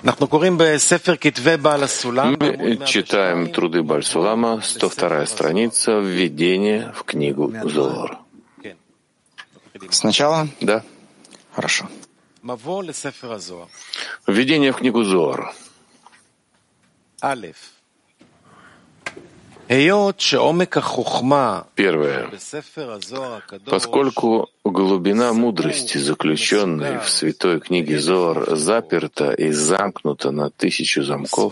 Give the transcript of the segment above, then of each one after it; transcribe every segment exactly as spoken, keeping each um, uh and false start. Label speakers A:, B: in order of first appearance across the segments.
A: Мы читаем труды Бааль Сулама, сто вторая страница, введение в книгу Зоар.
B: Сначала?
A: Да.
B: Хорошо.
A: Введение в книгу Зоар. Первое. Поскольку глубина мудрости, заключенной в святой книге Зоар, заперта и замкнута на тысячу замков,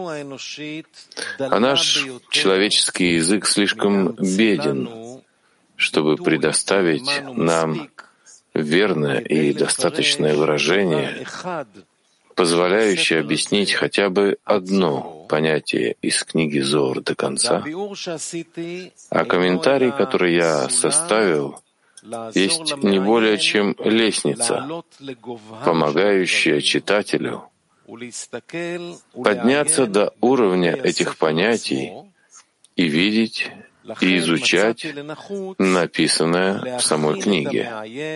A: а наш человеческий язык слишком беден, чтобы предоставить нам верное и достаточное выражение, позволяющее объяснить хотя бы одно понятие из книги Зоар до конца, а комментарий, который я составил, есть не более чем лестница, помогающая читателю подняться до уровня этих понятий и видеть и изучать написанное в самой книге.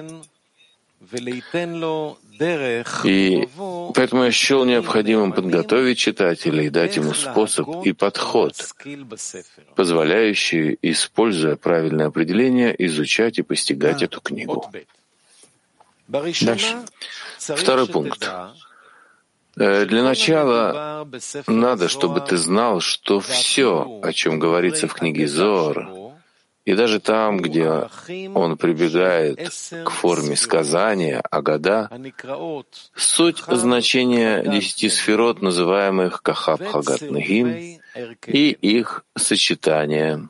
A: И поэтому я счел необходимым подготовить читателя и дать ему способ и подход, позволяющий, используя правильное определение, изучать и постигать эту книгу.
B: Дальше.
A: Второй пункт. Для начала надо, чтобы ты знал, что все, о чем говорится в книге Зоар, и даже там, где он прибегает к форме сказания, агада, суть значения десяти сферот, называемых Кахаб Хагат Нагим, и их сочетание.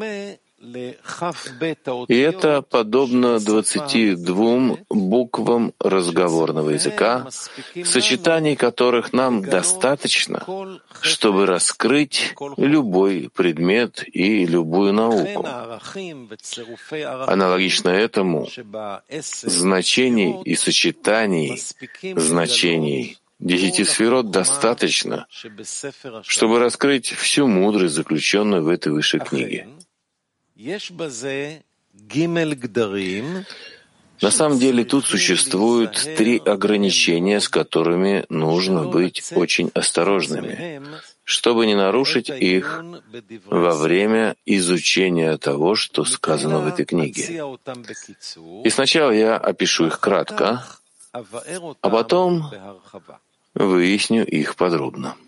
A: И это подобно двадцати двум буквам разговорного языка, сочетаний которых нам достаточно, чтобы раскрыть любой предмет и любую науку. Аналогично этому, значений и сочетаний значений десяти сферот достаточно, чтобы раскрыть всю мудрость, заключенную в этой высшей книге. На самом деле тут существуют три ограничения, с которыми нужно быть очень осторожными, чтобы не нарушить их во время изучения того, что сказано в этой книге. И сначала я опишу их кратко, а потом выясню их подробно.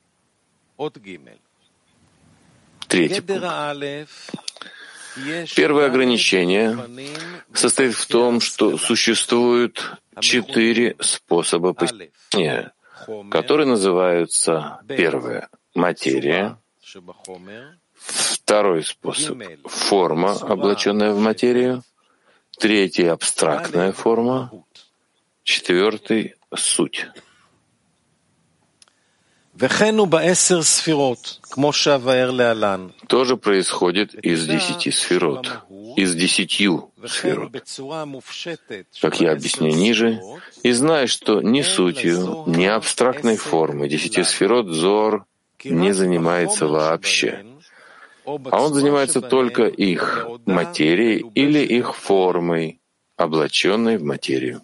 A: Третий пункт. Первое ограничение состоит в том, что существует четыре способа постижения, которые называются: первое — материя, второй способ — форма, облаченная в материю, третий — абстрактная форма, четвертый — суть. Тоже происходит из десяти сферот, из десятью сферот. Как я объясню ниже, и знай, что ни сутью, ни абстрактной формой десяти сферот Зоар не занимается вообще, а он занимается только их материей или их формой, облаченной в материю.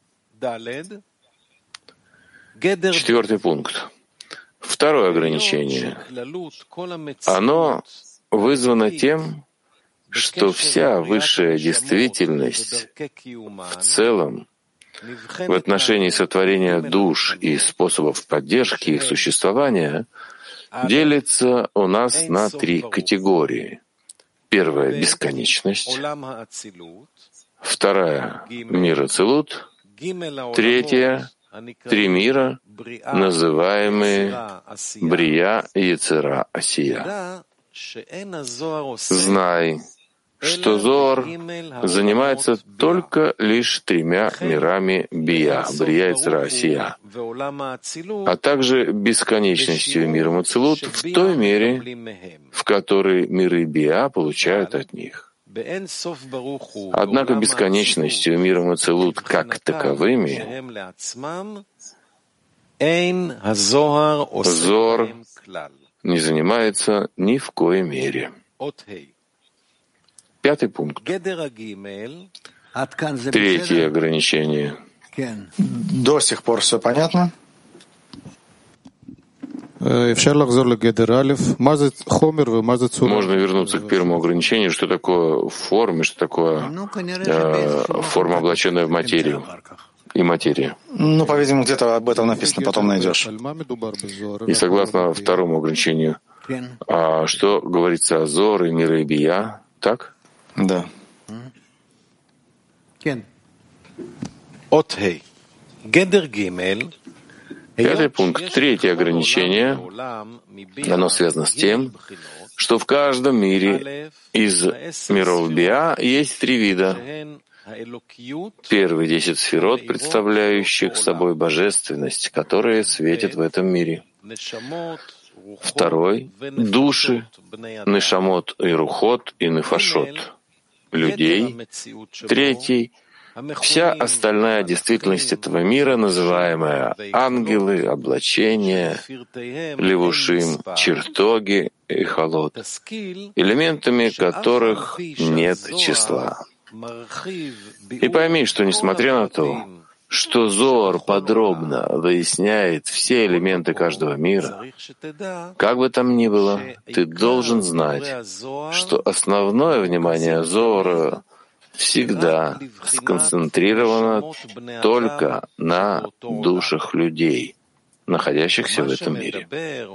A: Четвертый пункт. Второе ограничение. Оно вызвано тем, что вся высшая действительность в целом в отношении сотворения душ и способов поддержки их существования делится у нас на три категории. Первая — бесконечность, вторая — мир Ацилут, третья — три мира, называемые Брия, Йецера, Асия. Знай, что Зоар занимается только лишь тремя мирами Бия, Брия, Йецера, Асия, а также бесконечностью миром Ацилут в той мере, в которой миры Бия получают от них. Однако бесконечностью миром Ацилут как таковыми Зоар не занимается ни в коей мере. Пятый пункт. Третье ограничение.
B: До сих пор все понятно?
A: Можно вернуться к первому ограничению, что такое форма, что такое э, форма, облаченная в материю и материя.
B: Ну, по-видимому, где-то об этом написано, потом найдешь.
A: И согласно второму ограничению, а что говорится о Зор и мира и бия, так?
B: Да.
A: Пятый пункт, третье ограничение, оно связано с тем, что в каждом мире из миров Биа есть три вида. Первые десять сферот, представляющих собой божественность, которые светят в этом мире. Второй — души, нешамот и рухот и нефашот, людей. Третий — вся остальная действительность этого мира, называемая ангелы, облачения, левушим, чертоги и холод, элементами которых нет числа. И пойми, что несмотря на то, что Зоар подробно выясняет все элементы каждого мира, как бы там ни было, ты должен знать, что основное внимание Зоара всегда сконцентрировано только на душах людей, находящихся в этом мире.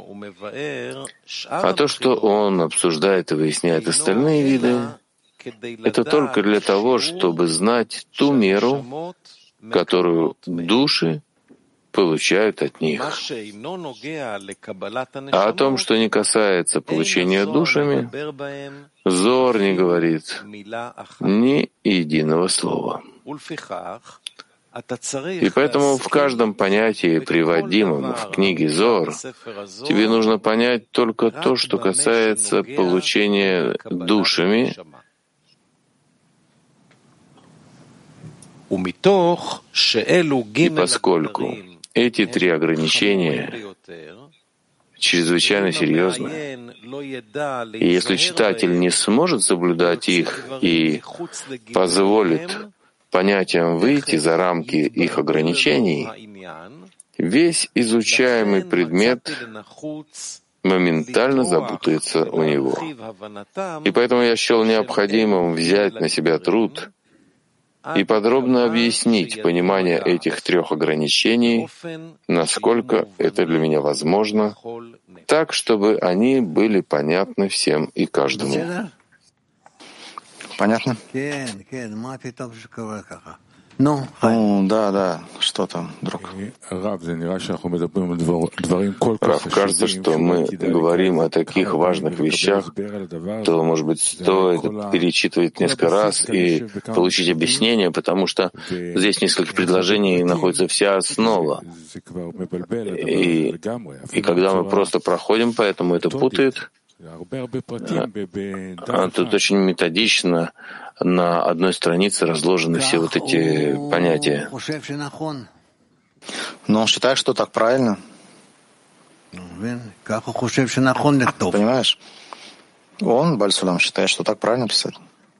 A: А то, что он обсуждает и выясняет остальные виды, это только для того, чтобы знать ту меру, которую души получают от них. А о том, что не касается получения душами, Зоар не говорит ни единого слова. И поэтому в каждом понятии, приводимом в книге Зоар, тебе нужно понять только то, что касается получения душами, и поскольку эти три ограничения чрезвычайно серьезны, и если читатель не сможет соблюдать их и позволит понятиям выйти за рамки их ограничений, весь изучаемый предмет моментально запутается у него. И поэтому я счел необходимым взять на себя труд и подробно объяснить понимание этих трех ограничений, насколько это для меня возможно, так, чтобы они были понятны всем и каждому.
B: Понятно? Ну, да, да, что там, друг?
A: Рав, кажется, что мы говорим о таких важных вещах, то, может быть, стоит перечитывать несколько раз и получить объяснение, потому что здесь в нескольких предложениях находится вся основа. И, и когда мы просто проходим по этому, это путает. А тут очень методично на одной странице разложены все вот эти понятия.
B: Но он считает, что так правильно. Понимаешь? Он, Бальсулам, считает, что так правильно писать.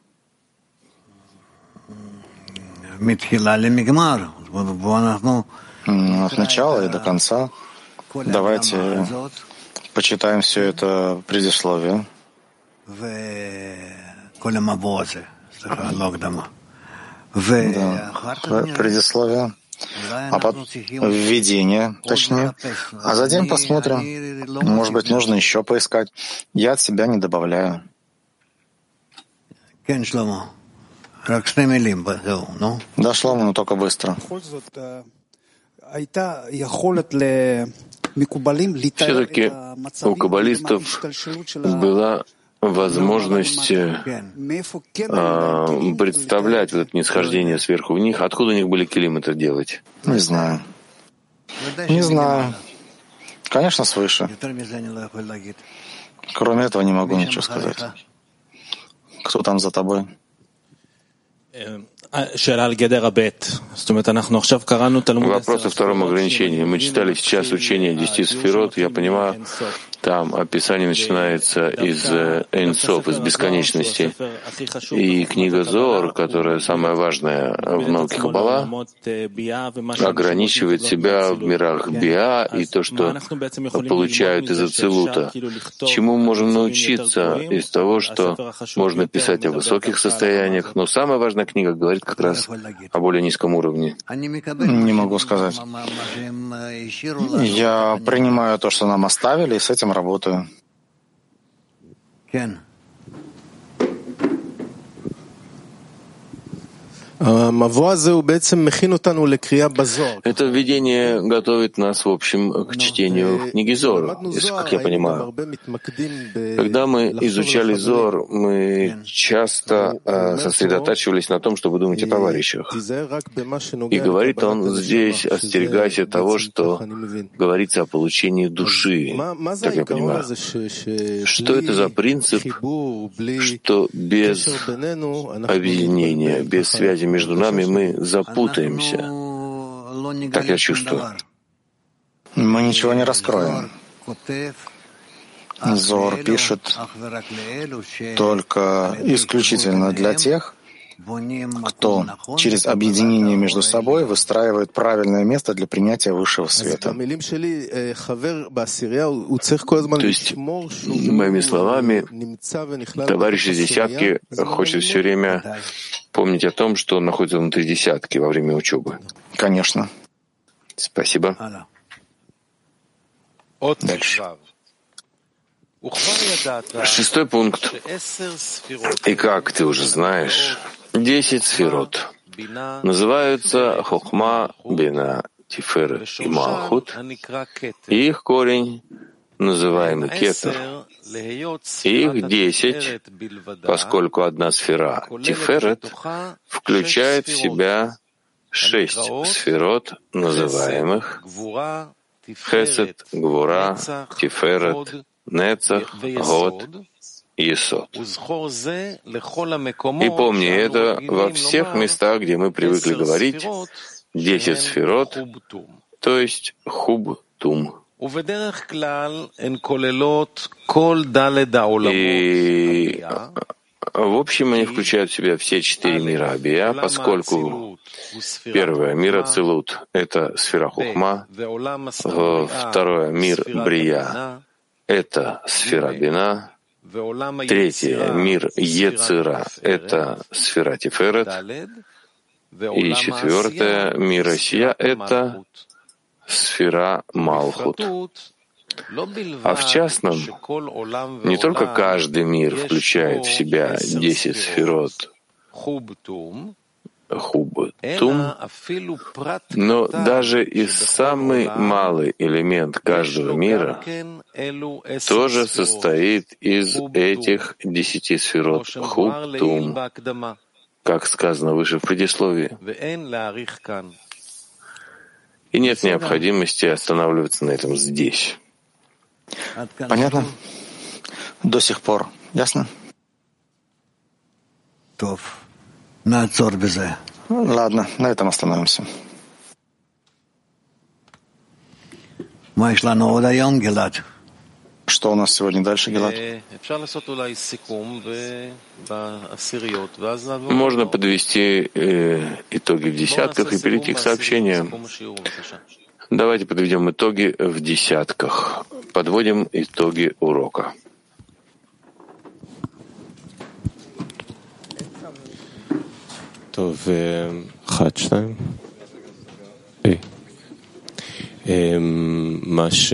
B: От начала и до конца. Давайте почитаем все это предисловие. Да, предисловие, а потом введение, точнее. А затем посмотрим. Может быть, нужно еще поискать. Я от себя не добавляю. Да, Шломо, но только быстро.
A: Все-таки у каббалистов была возможность э, представлять вот это нисхождение сверху в них. Откуда у них были килим это делать?
B: Не знаю. Не знаю. Конечно, свыше. Кроме этого не могу ничего сказать. Кто там за тобой?
A: Вопрос о втором ограничении. Мы читали сейчас учение десяти сферот. Я понимаю, Там описание начинается из Эйн-Соф, из бесконечности. И книга Зоар, которая самая важная в науке Каббала, ограничивает себя в мирах Биа и то, что получают из Ацилута. Чему мы можем научиться из того, что можно писать о высоких состояниях, но самая важная книга говорит как раз о более низком уровне.
B: Не могу сказать. Я принимаю то, что нам оставили, и с этим работаю.
A: Это введение готовит нас, в общем, к чтению книги Зор, как я понимаю. Когда мы изучали Зор, мы часто э, сосредотачивались на том, чтобы думать о товарищах. И говорит он здесь: остерегайся того, что говорится о получении души, так я понимаю. Что это за принцип, что без объединения, без связи между нами мы запутаемся? Так я чувствую.
B: Мы ничего не раскроем. Зор пишет только исключительно для тех, кто через объединение между собой выстраивает правильное место для принятия высшего света.
A: То есть, моими словами, товарищ из десятки хочет все время помнить о том, что он находится внутри десятки во время учебы.
B: Конечно.
A: Спасибо. Дальше. Шестой пункт. И как ты уже знаешь, десять сферот называются Хохма, Бина, Тиферет и Малхут, и их корень, называемый Кетер. Их десять, поскольку одна сфера, Тиферет, включает в себя шесть сферот, называемых Хесед, Гвура, Тиферет, Нецах, Год, Есод. И помни это во всех местах, где мы привыкли говорить десять сферот, то есть Хуб-Тум. И в общем они включают в себя все четыре мира Абия, поскольку первое, мир Ацилут, это сфера Хухма, второе, мир Брия, это сфера Бина, третье, мир Ецира, это сфера Тиферет, и четвертое, мир Осия, это сфера Малхут. А в частном, не только каждый мир включает в себя десять сферот Хуб-Тум, но даже и самый малый элемент каждого мира тоже состоит из этих десяти сферот Хуб-Тум, как сказано выше в предисловии. И нет необходимости останавливаться на этом здесь.
B: Понятно? До сих пор. Ясно? Ладно, на этом остановимся. Что у нас сегодня дальше, Гилад?
A: Можно подвести э, итоги в десятках и перейти к сообщениям. Давайте подведем итоги в десятках. Подводим итоги урока.
C: מה ש...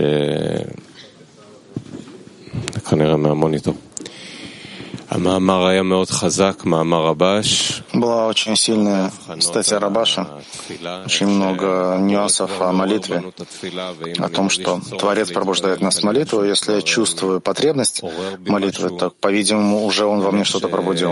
C: כנראה מהמוניטור. המאמר היה מאוד חזק, מאמר רבש.
B: Была очень сильная статья Рабаша, очень много нюансов о молитве, о том, что Творец пробуждает нас в молитву. Если я чувствую потребность молитвы, то, по-видимому, уже Он во мне что-то пробудил.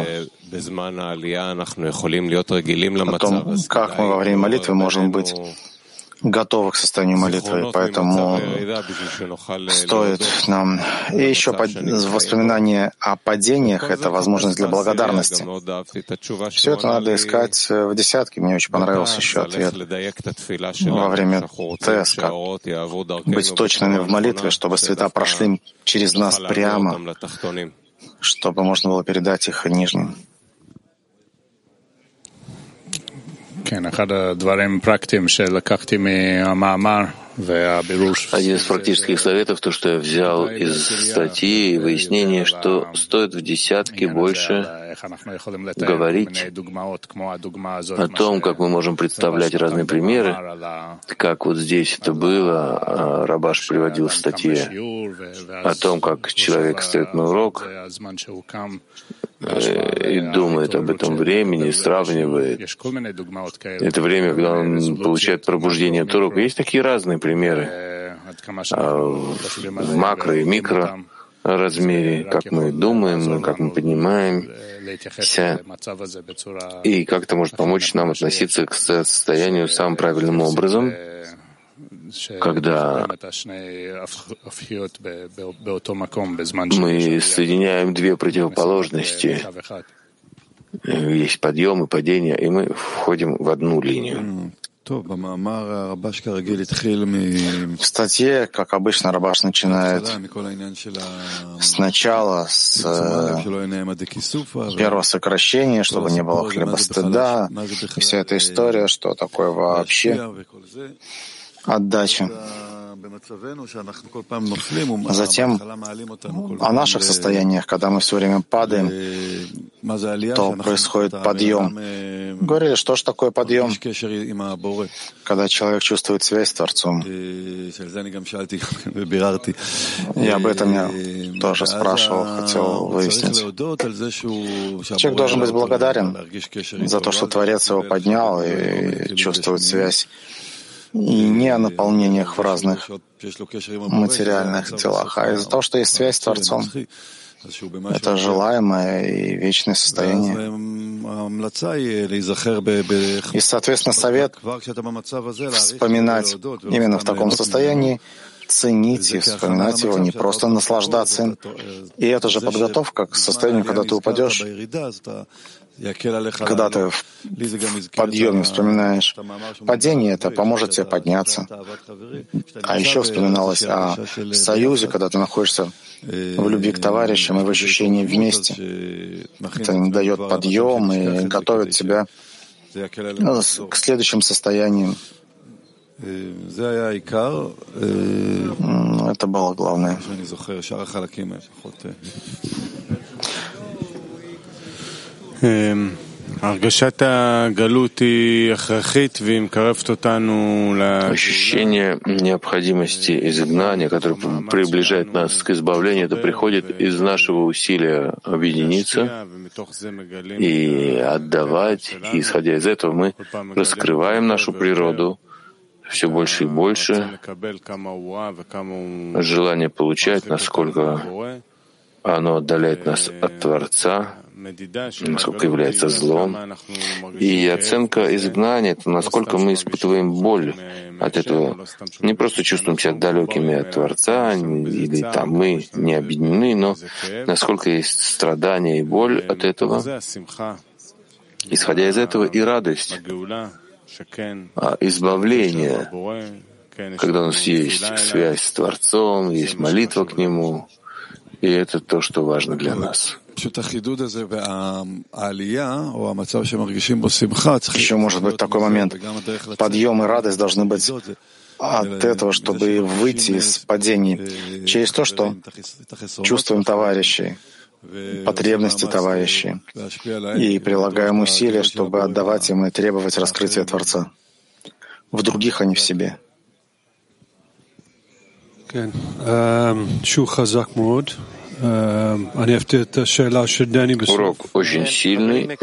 B: О том, как мы во время молитвы можем быть готовы к состоянию молитвы, поэтому стоит нам... И еще под... воспоминание о падениях — это возможность для благодарности. Все это надо искать в десятке. Мне очень понравился еще ответ во время тест, как быть точными в молитве, чтобы света прошли через нас прямо, чтобы можно было передать их нижним.
A: Один из практических советов, то, что я взял из статьи и выяснения, что стоит в десятке больше говорить о том, как мы можем представлять разные примеры, как вот здесь это было, Рабаш приводил в статье, о том, как человек встает на урок и думает об этом времени, сравнивает это время, когда он получает пробуждение от урока. Есть такие разные примеры в макро и микро размере, как мы думаем, как мы поднимаемся, и как это может помочь нам относиться к состоянию самым правильным образом, когда мы соединяем две противоположности, есть подъем и падение, и мы входим в одну линию.
B: В статье, как обычно, Рабаш начинает сначала с первого сокращения, чтобы не было хлеба стыда, и вся эта история, что такое вообще отдача. Затем о наших состояниях, когда мы все время падаем, то происходит подъем. Говорили, что же такое подъем? Когда человек чувствует связь с Творцом. И об этом я тоже спрашивал, хотел выяснить. Человек должен быть благодарен за то, что Творец его поднял и чувствует связь. И не о наполнениях в разных материальных телах, а из-за того, что есть связь с Творцом. Это желаемое и вечное состояние. И, соответственно, совет вспоминать именно в таком состоянии, ценить и вспоминать его, не просто наслаждаться им. И это же подготовка к состоянию, когда ты упадешь, когда ты в подъеме вспоминаешь падение, это поможет тебе подняться. А еще вспоминалось о союзе, когда ты находишься в любви к товарищам и в ощущении вместе. Это дает подъем и готовит тебя к следующим состояниям. Это было главное.
A: Ощущение необходимости изгнания, которое приближает нас к избавлению, это приходит из нашего усилия объединиться и отдавать. И, исходя из этого, мы раскрываем нашу природу все больше и больше. Желание получать, насколько оно отдаляет нас от Творца, насколько является злом. И оценка изгнания — это насколько мы испытываем боль от этого. Не просто чувствуем себя далекими от Творца, или там мы не объединены, но насколько есть страдания и боль от этого. Исходя из этого и радость, а избавление, когда у нас есть связь с Творцом, есть молитва к Нему, и это то, что важно для нас.
B: Еще может быть такой момент. Подъем и радость должны быть от этого, чтобы выйти из падений через то, что чувствуем товарищей, потребности товарищей, и прилагаем усилия, чтобы отдавать им и требовать раскрытия Творца. В других, а не в себе.
A: Урок очень сильный.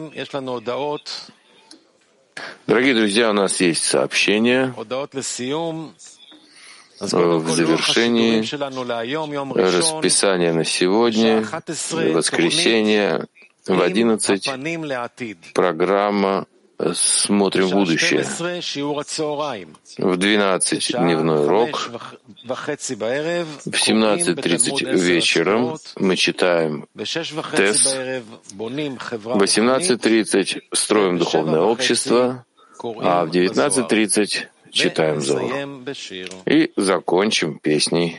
A: Дорогие друзья, у нас есть сообщение в завершении расписания на сегодня, воскресенье в одиннадцать, программа смотрим в будущее. В двенадцать дневной урок, в семнадцать тридцать вечером мы читаем ТЭС, в восемнадцать тридцать строим духовное общество, а в девятнадцать тридцать читаем Зор. И закончим песней.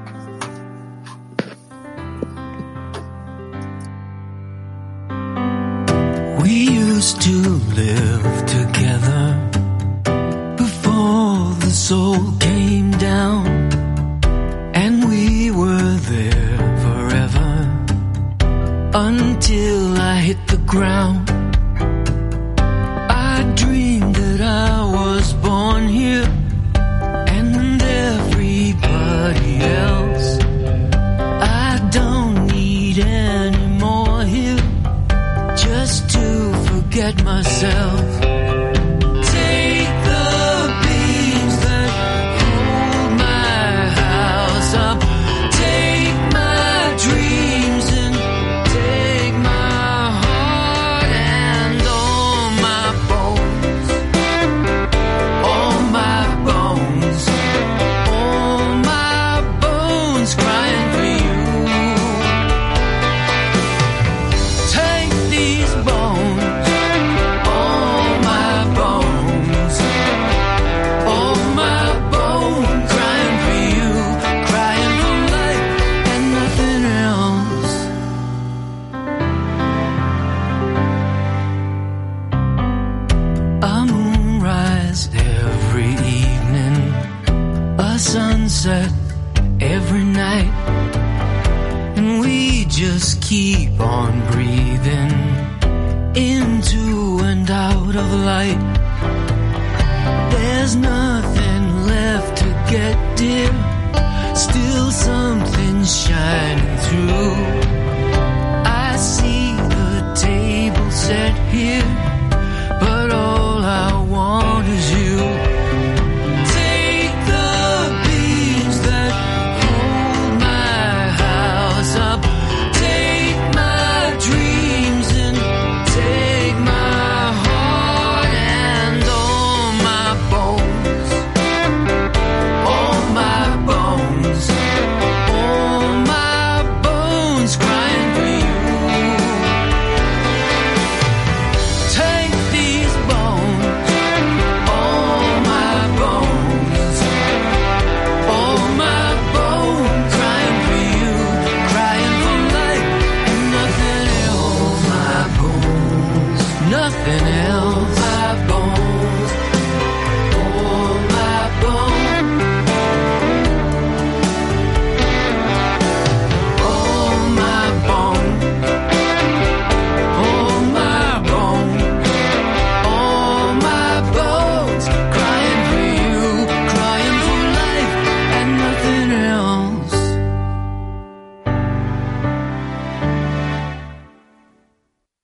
D: We used to live together before the soul came down, and we were there forever until I hit the ground. I dreamed that I was born here and everybody else. I don't need any more here just to forget myself. Take the beams that hold my house up. Take my dreams and take my heart and all my bones. All my bones. All my bones crying for you. Take these bones. All my bones. All my bones crying for you. Crying for life and nothing else. A moonrise every evening, a sunset every night, and we just keep on breathing into and out of light. There's nothing left to get, dear, still something's shining through. I see the table set here